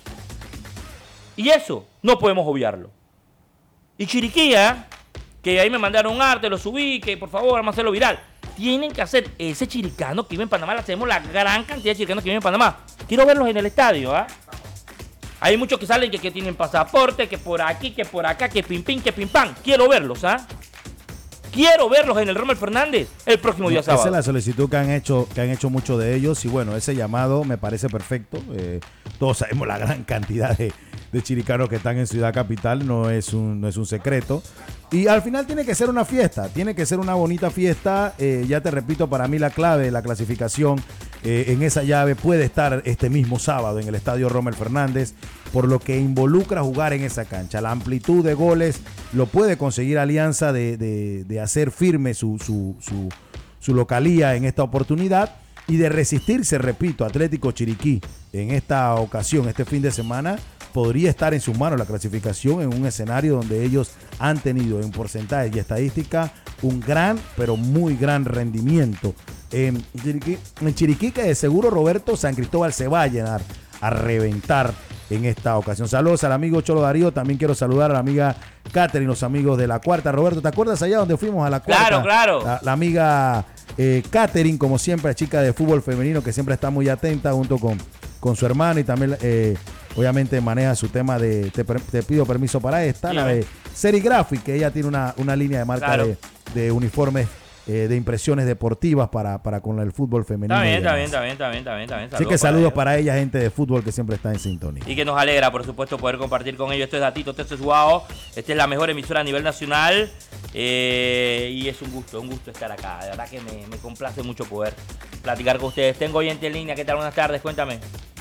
Y eso no podemos obviarlo. Y Chiriquía, que ahí me mandaron un arte, lo subí, que por favor vamos a hacerlo viral. Tienen que hacer ese chiricano que vive en Panamá. Le hacemos la gran cantidad de chiricanos que viven en Panamá. Quiero verlos en el estadio, ¿ah? Hay muchos que salen que tienen pasaporte, que por aquí, que por acá, que pim pim, que pim pam. Quiero verlos, ¿ah? Quiero verlos en el Rommel Fernández el próximo día sábado. Esa es la solicitud que han hecho muchos de ellos. Y bueno, ese llamado me parece perfecto. Todos sabemos la gran cantidad de chiricanos que están en Ciudad Capital. No es un secreto. Y al final tiene que ser una fiesta. Tiene que ser una bonita fiesta. Ya te repito, para mí la clave de la clasificación en esa llave puede estar este mismo sábado en el Estadio Rommel Fernández, por lo que involucra jugar en esa cancha. La amplitud de goles lo puede conseguir Alianza de hacer firme su localía en esta oportunidad y de resistirse, repito, Atlético Chiriquí en esta ocasión, este fin de semana. Podría estar en sus manos la clasificación en un escenario donde ellos han tenido en porcentaje y estadística un gran, pero muy gran rendimiento. En Chiriquí, que de seguro Roberto San Cristóbal se va a llenar, a reventar en esta ocasión. Saludos al amigo Cholo Darío, también quiero saludar a la amiga Catherine, los amigos de La Cuarta. Roberto, ¿te acuerdas allá donde fuimos a La Cuarta? Claro. La amiga Catherine, como siempre, chica de fútbol femenino que siempre está muy atenta junto con su hermano y también obviamente maneja su tema de te pido permiso para esta, la de Serigraphic, que ella tiene una línea de marca Claro. de uniformes de impresiones deportivas para con el fútbol femenino. Está y bien. demás. Así que saludos para ella, gente de fútbol que siempre está en sintonía. Y que nos alegra, por supuesto, poder compartir con ellos. Esto es Datito, esto es Guau. Esta es la mejor emisora a nivel nacional. Y es un gusto estar acá. De verdad que me complace mucho poder platicar con ustedes. Tengo oyente en línea. ¿Qué tal? Buenas tardes, cuéntame.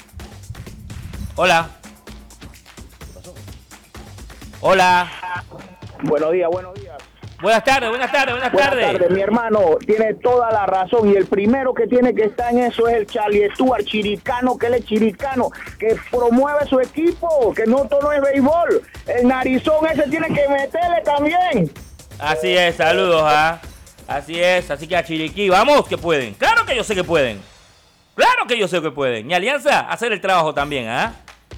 Hola. ¿Qué pasó? Hola. Buenos días, buenos días. Buenas tardes. Buenas tardes, mi hermano, tiene toda la razón y el primero que tiene que estar en eso es el Charlie Stuart, chiricano, que él es chiricano, que promueve su equipo, que no todo es béisbol, el narizón ese tiene que meterle también. Así es, saludos, ¿ah? Así es, así que a Chiriquí, vamos que pueden. Claro que yo sé que pueden. Claro que yo sé que pueden. Y Alianza, hacer el trabajo también, ¿ah?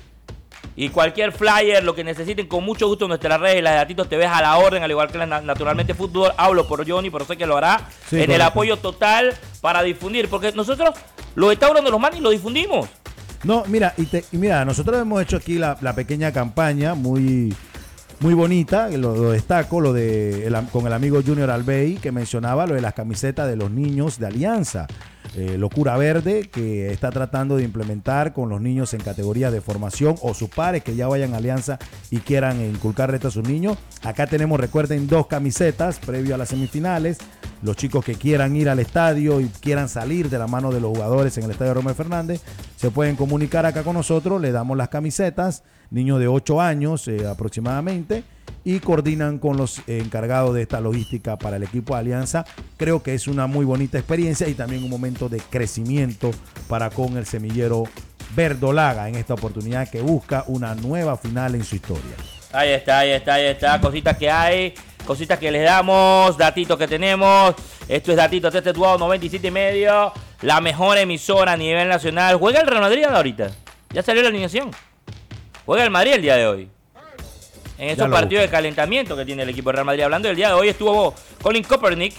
Y cualquier flyer, lo que necesiten, con mucho gusto en nuestras redes, las de Datitos TV a la orden, al igual que Naturalmente Fútbol. Hablo por Johnny, pero sé que lo hará Sí, en el apoyo total para difundir. Porque nosotros, lo de Tauro de los Manis, lo difundimos. No, mira, mira, nosotros hemos hecho aquí la pequeña campaña muy bonita, lo destaco, con el amigo Junior Albey, que mencionaba lo de las camisetas de los niños de Alianza. Locura Verde, que está tratando de implementar con los niños en categorías de formación o sus pares que ya vayan a Alianza y quieran inculcar reto a sus niños. Acá tenemos, recuerden, 2 camisetas previo a las semifinales. Los chicos que quieran ir al estadio y quieran salir de la mano de los jugadores en el estadio Rommel Fernández, se pueden comunicar acá con nosotros, le damos las camisetas, niños de 8 años aproximadamente, y coordinan con los encargados de esta logística para el equipo de Alianza. Creo que es una muy bonita experiencia y también un momento de crecimiento para con el semillero verdolaga en esta oportunidad que busca una nueva final en su historia. Ahí está. Cositas que hay, cositas que les damos, datitos que tenemos. Esto es Datito, este es tu 97.5, la mejor emisora a nivel nacional. ¿Juega el Real Madrid ahorita? Ya salió la alineación. Juega el Madrid el día de hoy. En esos partidos de calentamiento que tiene el equipo de Real Madrid. Hablando del día de hoy, estuvo Colin Kaepernick,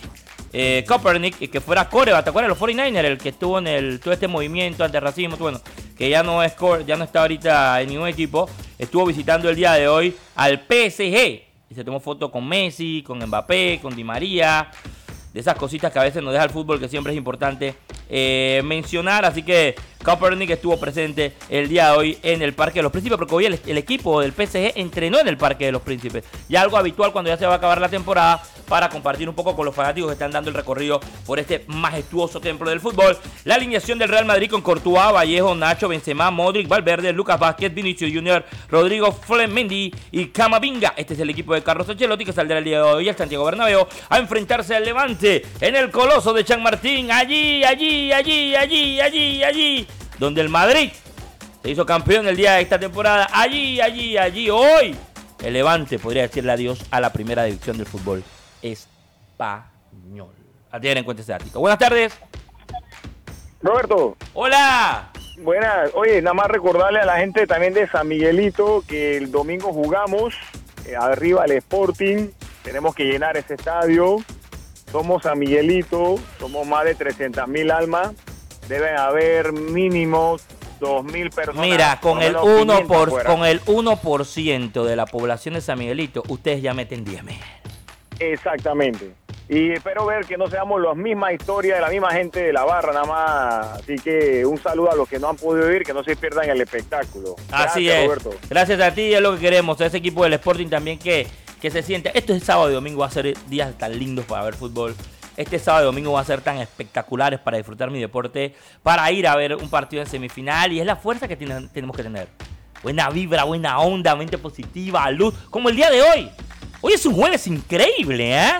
que fuera coreback, ¿te acuerdas? Los 49ers, el que estuvo en todo este movimiento antirracismo, bueno, que ya no está ahorita en ningún equipo. Estuvo visitando el día de hoy al PSG y se tomó foto con Messi, con Mbappé, con Di María. De esas cositas que a veces nos deja el fútbol, que siempre es importante mencionar. Así que Kaepernick estuvo presente el día de hoy en el Parque de los Príncipes, porque hoy el equipo del PSG entrenó en el Parque de los Príncipes. Y algo habitual cuando ya se va a acabar la temporada, para compartir un poco con los fanáticos que están dando el recorrido por este majestuoso templo del fútbol. La alineación del Real Madrid con Courtois, Vallejo, Nacho, Benzema, Modric, Valverde, Lucas Vázquez, Vinicius Junior, Rodrigo Flemendi y Camavinga. Este es el equipo de Carlos Ancelotti, que saldrá el día de hoy al Santiago Bernabéu a enfrentarse al Levante en el Coloso de Chamartín. Allí, donde el Madrid Se hizo campeón el día de esta temporada. Allí, hoy. El Levante podría decirle adiós a la primera división del fútbol español. A tener en cuenta ese dato. Buenas tardes. Roberto, Hola. buenas. Oye, nada más recordarle a la gente también de San Miguelito que el domingo jugamos arriba al Sporting. Tenemos que llenar ese estadio. Somos San Miguelito, somos más de 300,000 almas. Deben haber mínimo 2,000 personas. Mira, con por el, lo menos 1 500 por, afuera. con el 1% de la población de San Miguelito, ustedes ya meten 10,000. Exactamente. Y espero ver que no seamos la misma historia de la misma gente de la barra, nada más. Así que un saludo a los que no han podido ir, que no se pierdan el espectáculo. Así Gracias, es. Roberto. Gracias a ti, es lo que queremos. A ese equipo del Sporting también que se siente. Esto es sábado y domingo, va a ser días tan lindos para ver fútbol. Este sábado y domingo va a ser tan espectaculares para disfrutar mi deporte, para ir a ver un partido en semifinal. Y es la fuerza que tenemos que tener. Buena vibra, buena onda, mente positiva, luz. Como el día de hoy. Hoy es un jueves increíble, ¿eh?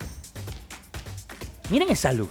Miren esa luz.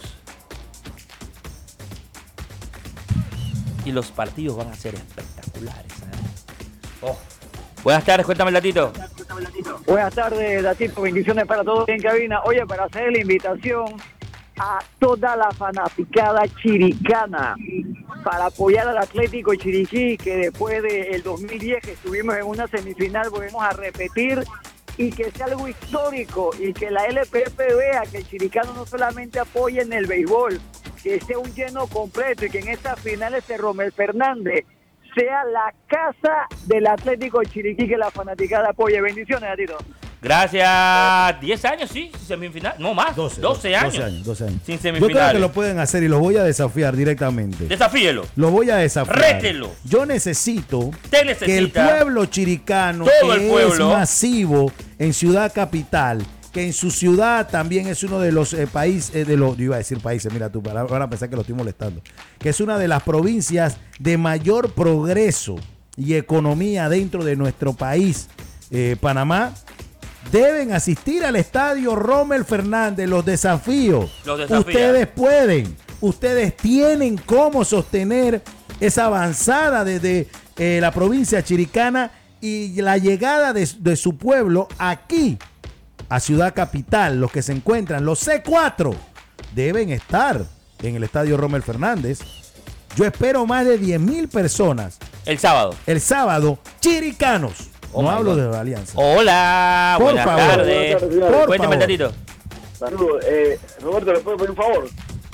Y los partidos van a ser espectaculares, ¿eh? Oh. Buenas tardes, cuéntame el datito. Buenas tardes, Datito, bendiciones para todos en cabina. Oye, para hacer la invitación a toda la fanaticada chiricana para apoyar al Atlético Chiriquí, que después del 2010 que estuvimos en una semifinal, volvemos a repetir, y que sea algo histórico, y que la LPF vea que el chiricano no solamente apoya en el béisbol, que sea un lleno completo, y que en estas finales de Romel Fernández sea la casa del Atlético Chiriquí, que la fanaticada apoye. Bendiciones, Datito. Gracias. 10 años, sí, sin semifinal. No más. 12 años. 12 años. Sin Yo creo semifinales. que lo pueden hacer y los voy a desafiar directamente. Desafíelo. Lo voy a desafiar. Rételo. Yo necesito Usted necesita. que el pueblo chiricano, Todo que el pueblo. es masivo en Ciudad Capital, que en su ciudad también es uno de los países, yo iba a decir países, mira tú, ahora pensar que lo estoy molestando, que es una de las provincias de mayor progreso y economía dentro de nuestro país, Panamá, deben asistir al estadio Romel Fernández. Los desafíos. Ustedes pueden, ustedes tienen cómo sostener esa avanzada desde la provincia chiricana y la llegada de su pueblo aquí a Ciudad Capital. Los que se encuentran, los C4, deben estar en el estadio Romel Fernández. Yo espero más de 10,000 personas El sábado. el sábado, chiricanos. Oh No my hablo God. de la Alianza. Hola, Por buenas favor. tardes. Buenas tardes, por Cuéntame el favor. datito. Saludos. Roberto, ¿le puedo pedir un favor?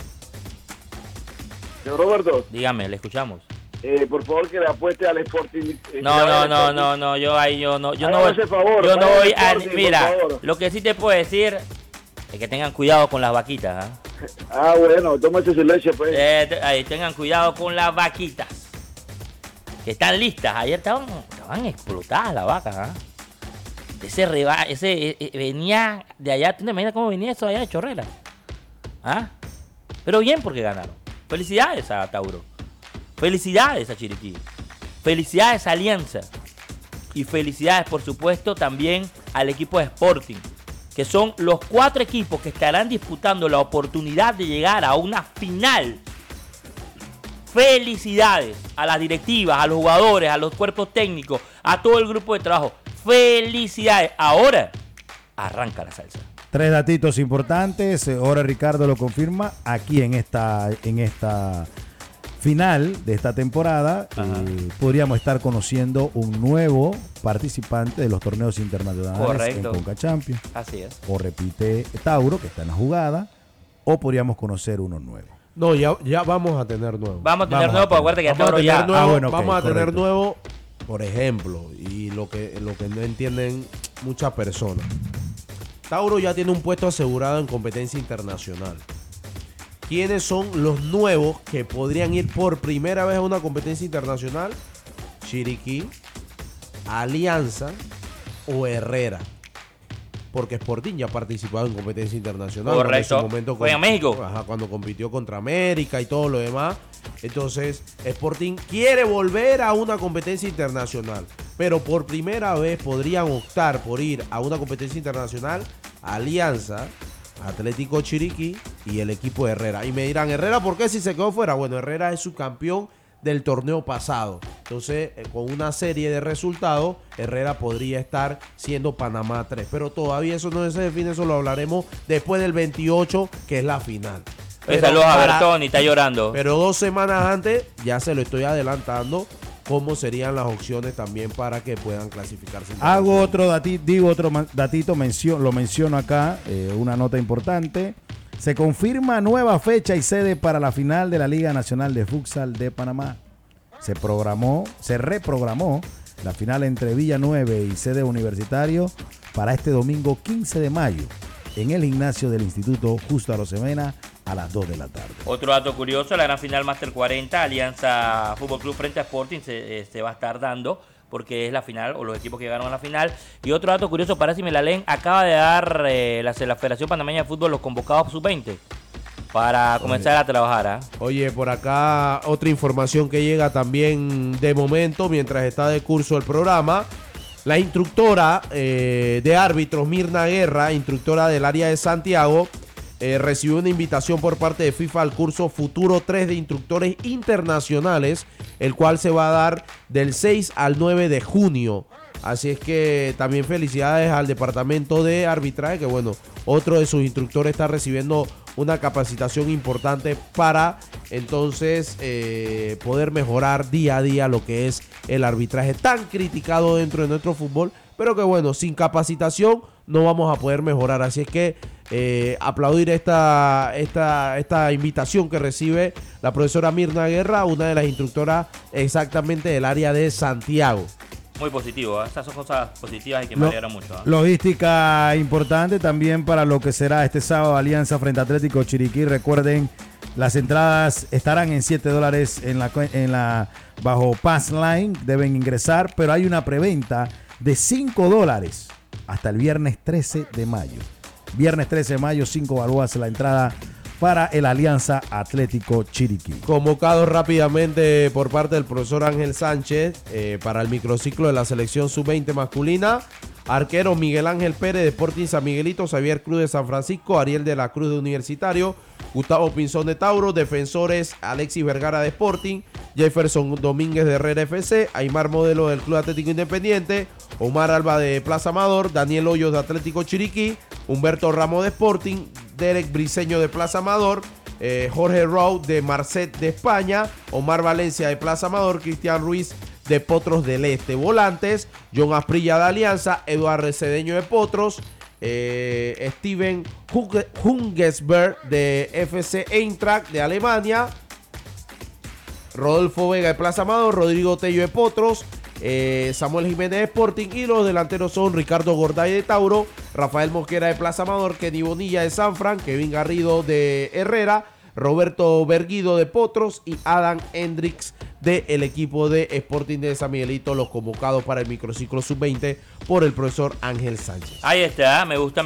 Señor Roberto, Dígame, le escuchamos. por favor que le apueste al Sporting. No, yo no Hágame voy. ese favor, Yo no vaya al voy a. Sporting, Mira, por favor. lo que sí te puedo decir es que tengan cuidado con las vaquitas, ¿ah? Ah, bueno, tómate su leche, pues. Ahí tengan cuidado con las vaquitas. Que están listas. Ayer estaban explotadas las vacas, ¿ah? Venía de allá. ¿Tú te imaginas cómo venía eso allá de Chorrera? ¿Ah? Pero bien porque ganaron. Felicidades a Tauro. Felicidades a Chiriquí. Felicidades a Alianza. Y felicidades, por supuesto, también al equipo de Sporting. Que son los 4 equipos que estarán disputando la oportunidad de llegar a una final. Felicidades a las directivas, a los jugadores, a los cuerpos técnicos, a todo el grupo de trabajo. Felicidades. Ahora arranca la salsa. 3 datitos importantes. Ahora Ricardo lo confirma. Aquí en esta final de esta temporada podríamos estar conociendo un nuevo participante de los torneos internacionales. Correcto. En Conca Champions. Así es. O repite Tauro, que está en la jugada, o podríamos conocer uno nuevo. No, ya vamos a tener nuevo. Vamos a tener Vamos nuevo, a pero acuérdate que Vamos a Tauro tener ya. nuevo, bueno, ok, vamos a tener correcto. nuevo, por ejemplo, y lo que no entienden muchas personas. Tauro ya tiene un puesto asegurado en competencia internacional. ¿Quiénes son los nuevos que podrían ir por primera vez a una competencia internacional? Chiriquí, Alianza o Herrera. Porque Sporting ya ha participado en competencia internacional. Correcto. En su momento Fue en México. Ajá, cuando compitió contra América y todo lo demás. Entonces, Sporting quiere volver a una competencia internacional. Pero por primera vez podrían optar por ir a una competencia internacional Alianza, Atlético Chiriquí y el equipo de Herrera. Y me dirán, Herrera, ¿por qué si se quedó fuera? Bueno, Herrera es subcampeón del torneo pasado. Entonces, con una serie de resultados, Herrera podría estar siendo Panamá 3. Pero todavía eso no se define, eso lo hablaremos después del 28, que es la final. Saludos a Bertoni, está llorando. Pero 2 semanas antes, ya se lo estoy adelantando, cómo serían las opciones también para que puedan clasificarse. Hago otro datito, lo menciono acá, una nota importante. Se confirma nueva fecha y sede para la final de la Liga Nacional de Futsal de Panamá. Se reprogramó la final entre Villanueva y sede Universitario para este domingo 15 de mayo en el gimnasio del Instituto Justo Arosemena a las 2 de la tarde. Otro dato curioso, la gran final Master 40, Alianza Fútbol Club frente a Sporting se va a estar dando porque es la final o los equipos que llegaron a la final. Y otro dato curioso, para si me la leen, acaba de dar la Federación Panameña de Fútbol los convocados sub-20 para comenzar a trabajar. Oye, por acá otra información que llega también de momento mientras está de curso el programa. La instructora de árbitros, Mirna Guerra, instructora del área de Santiago, recibió una invitación por parte de FIFA al curso Futuro 3 de Instructores Internacionales, el cual se va a dar del 6 al 9 de junio. Así es que también felicidades al departamento de arbitraje, que bueno, otro de sus instructores está recibiendo una capacitación importante para entonces poder mejorar día a día lo que es el arbitraje tan criticado dentro de nuestro fútbol, pero que bueno, sin capacitación no vamos a poder mejorar. Así es que aplaudir esta invitación que recibe la profesora Mirna Guerra, una de las instructoras exactamente del área de Santiago. Muy positivo, estas son cosas positivas y que me alegran mucho. Logística importante también para lo que será este sábado Alianza frente a Atlético Chiriquí. Recuerden, las entradas estarán en $7 en la bajo Pass Line, deben ingresar, pero hay una preventa de $5 hasta el viernes 13 de mayo. Viernes 13 de mayo, 5 balboas la entrada para el Alianza Atlético Chiriquí. Convocado rápidamente por parte del profesor Ángel Sánchez para el microciclo de la selección sub-20 masculina. Arquero Miguel Ángel Pérez de Sporting San Miguelito, Xavier Cruz de San Francisco, Ariel de la Cruz de Universitario, Gustavo Pinzón de Tauro, defensores Alexis Vergara de Sporting, Jefferson Domínguez de Herrera FC, Aymar Modelo del Club Atlético Independiente, Omar Alba de Plaza Amador, Daniel Hoyos de Atlético Chiriquí, Humberto Ramos de Sporting, Derek Briceño de Plaza Amador, Jorge Rowe de Marcet de España, Omar Valencia de Plaza Amador, Cristian Ruiz de Potros del Este. Volantes, John Asprilla de Alianza, Eduardo Cedeño de Potros, Steven Hungesberg de FC Eintracht de Alemania, Rodolfo Vega de Plaza Amador, Rodrigo Tello de Potros, Samuel Jiménez de Sporting, y los delanteros son Ricardo Gorday de Tauro, Rafael Mosquera de Plaza Amador, Kenny Bonilla de Sanfran, Kevin Garrido de Herrera, Roberto Berguido de Potros y Adam Hendricks del equipo de Sporting de San Miguelito, los convocados para el microciclo sub-20 por el profesor Ángel Sánchez. Ahí está, me gusta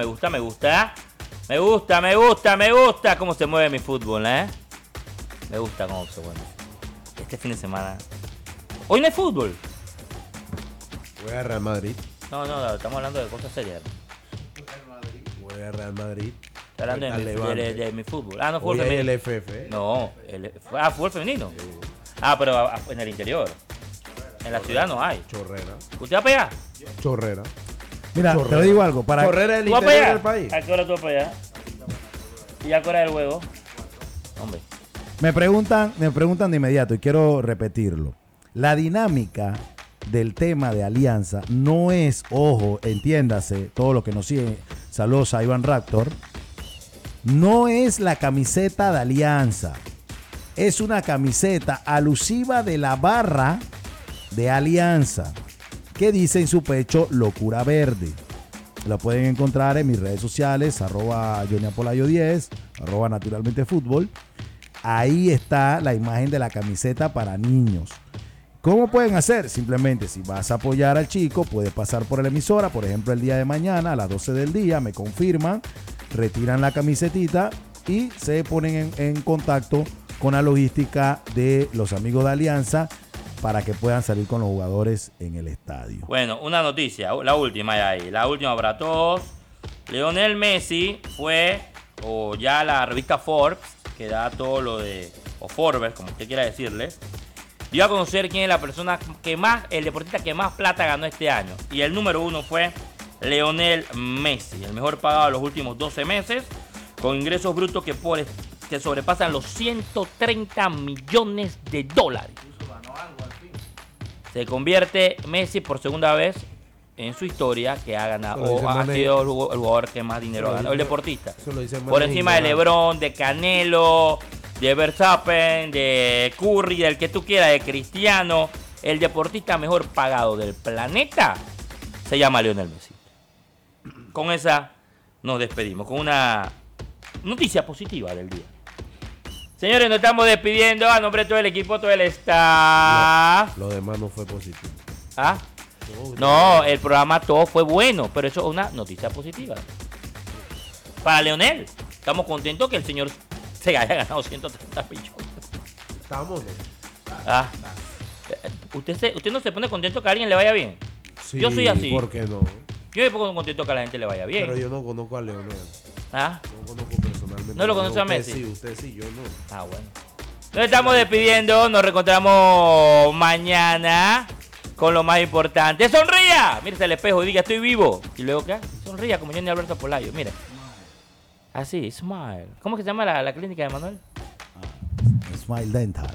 cómo se mueve mi fútbol, me gusta cómo se mueve. Este fin de semana hoy no hay fútbol. Voy a Real Madrid. No, estamos hablando de cosas serias. Voy a Real Madrid. Está hablando de mi fútbol. No, fútbol femenino. El FF. No, fútbol femenino. Pero en el interior. En la ciudad no hay. Chorrera. ¿Usted va para allá? Chorrera. Mira, te digo algo. Chorrera del interior del país. ¿A qué hora tú vas para allá? ¿Y a qué hora del juego? Hombre. Me preguntan de inmediato y quiero repetirlo. La dinámica del tema de Alianza no es, ojo, entiéndase, todo lo que nos sigue, saludos a Iván Raptor, no es la camiseta de Alianza, es una camiseta alusiva de la barra de Alianza que dice en su pecho Locura Verde. Lo pueden encontrar en mis redes sociales, @JohnnyApolayo10, @naturalmentefútbol. Ahí está la imagen de la camiseta para niños. ¿Cómo pueden hacer? Simplemente, si vas a apoyar al chico, puedes pasar por la emisora, por ejemplo, el día de mañana a las 12 del día, me confirman, retiran la camisetita y se ponen en contacto con la logística de los amigos de Alianza para que puedan salir con los jugadores en el estadio. Bueno, una noticia, la última ya ahí, la última para todos. Lionel Messi fue, o ya la revista Forbes, que da todo lo de, o Forbes, como usted quiera decirle, dio a conocer quién es la persona que más, el deportista que más plata ganó este año. Y el número 1 fue Lionel Messi, el mejor pagado de los últimos 12 meses, con ingresos brutos que sobrepasan los 130 millones de dólares. Se convierte Messi por segunda vez en su historia que ha ganado, o ha sido el jugador que más dinero ha ganado, el deportista. Por encima de LeBron, de Canelo, de Verstappen, de Curry, del que tú quieras, de Cristiano. El deportista mejor pagado del planeta se llama Lionel Messi. Con esa nos despedimos, con una noticia positiva del día. Señores, nos estamos despidiendo a nombre de todo el equipo, todo el staff. Lo demás no fue positivo. ¿Ah? No, el programa todo fue bueno, pero eso es una noticia positiva. Para Leonel, estamos contentos que el señor se haya ganado 130 millones. Estamos. Ah. ¿Usted no se pone contento que a alguien le vaya bien? Sí, Yo soy así. ¿Por qué no? Yo me pongo contento que a la gente le vaya bien. Pero yo no conozco a Leonel. ¿Ah? No conozco personalmente. ¿No lo conoce a Messi? Sí, usted sí, yo no. Ah, bueno. Nos estamos despidiendo, nos reencontramos mañana con lo más importante. ¡Sonría! Mírese al espejo y diga, estoy vivo. Y luego, ¿qué? Sonría como Johnny Alberto Polayo. Mire. Así, smile. ¿Cómo que se llama la clínica de Manuel? Smile Dental.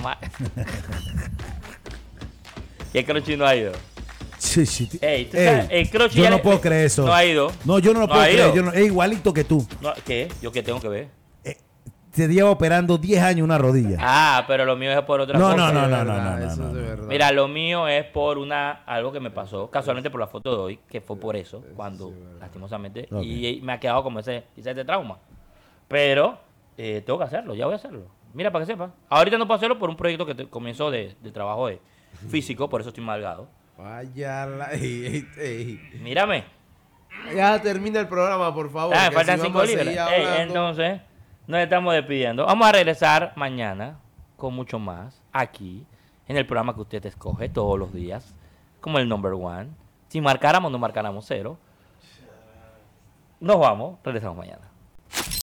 ¿Qué Crochi no ha ido? Sí. Ey, el Crochi yo ya no puedo creer eso. No ha ido. No, yo no lo No puedo ha creer. ido. Es igualito que tú. No, ¿qué? ¿Yo qué tengo que ver? Se lleva operando 10 años una rodilla. Ah, pero lo mío es por otra No, cosa. no. Eso es de verdad. Mira, lo mío es por algo que me pasó, casualmente por la foto de hoy, que fue por eso, cuando, lastimosamente, Ok. y me ha quedado como ese trauma. Pero tengo que hacerlo, ya voy a hacerlo. Mira, para que sepa. Ahorita no puedo hacerlo por un proyecto que comenzó de trabajo físico, por eso estoy malgado. Vaya Mírame. Ya termina el programa, por favor. Me que faltan si 5 vamos a libras. seguir hablando. Entonces, nos estamos despidiendo. Vamos a regresar mañana con mucho más aquí en el programa que usted escoge todos los días, como el number 1. Si marcáramos, no marcáramos 0. Nos vamos, regresamos mañana.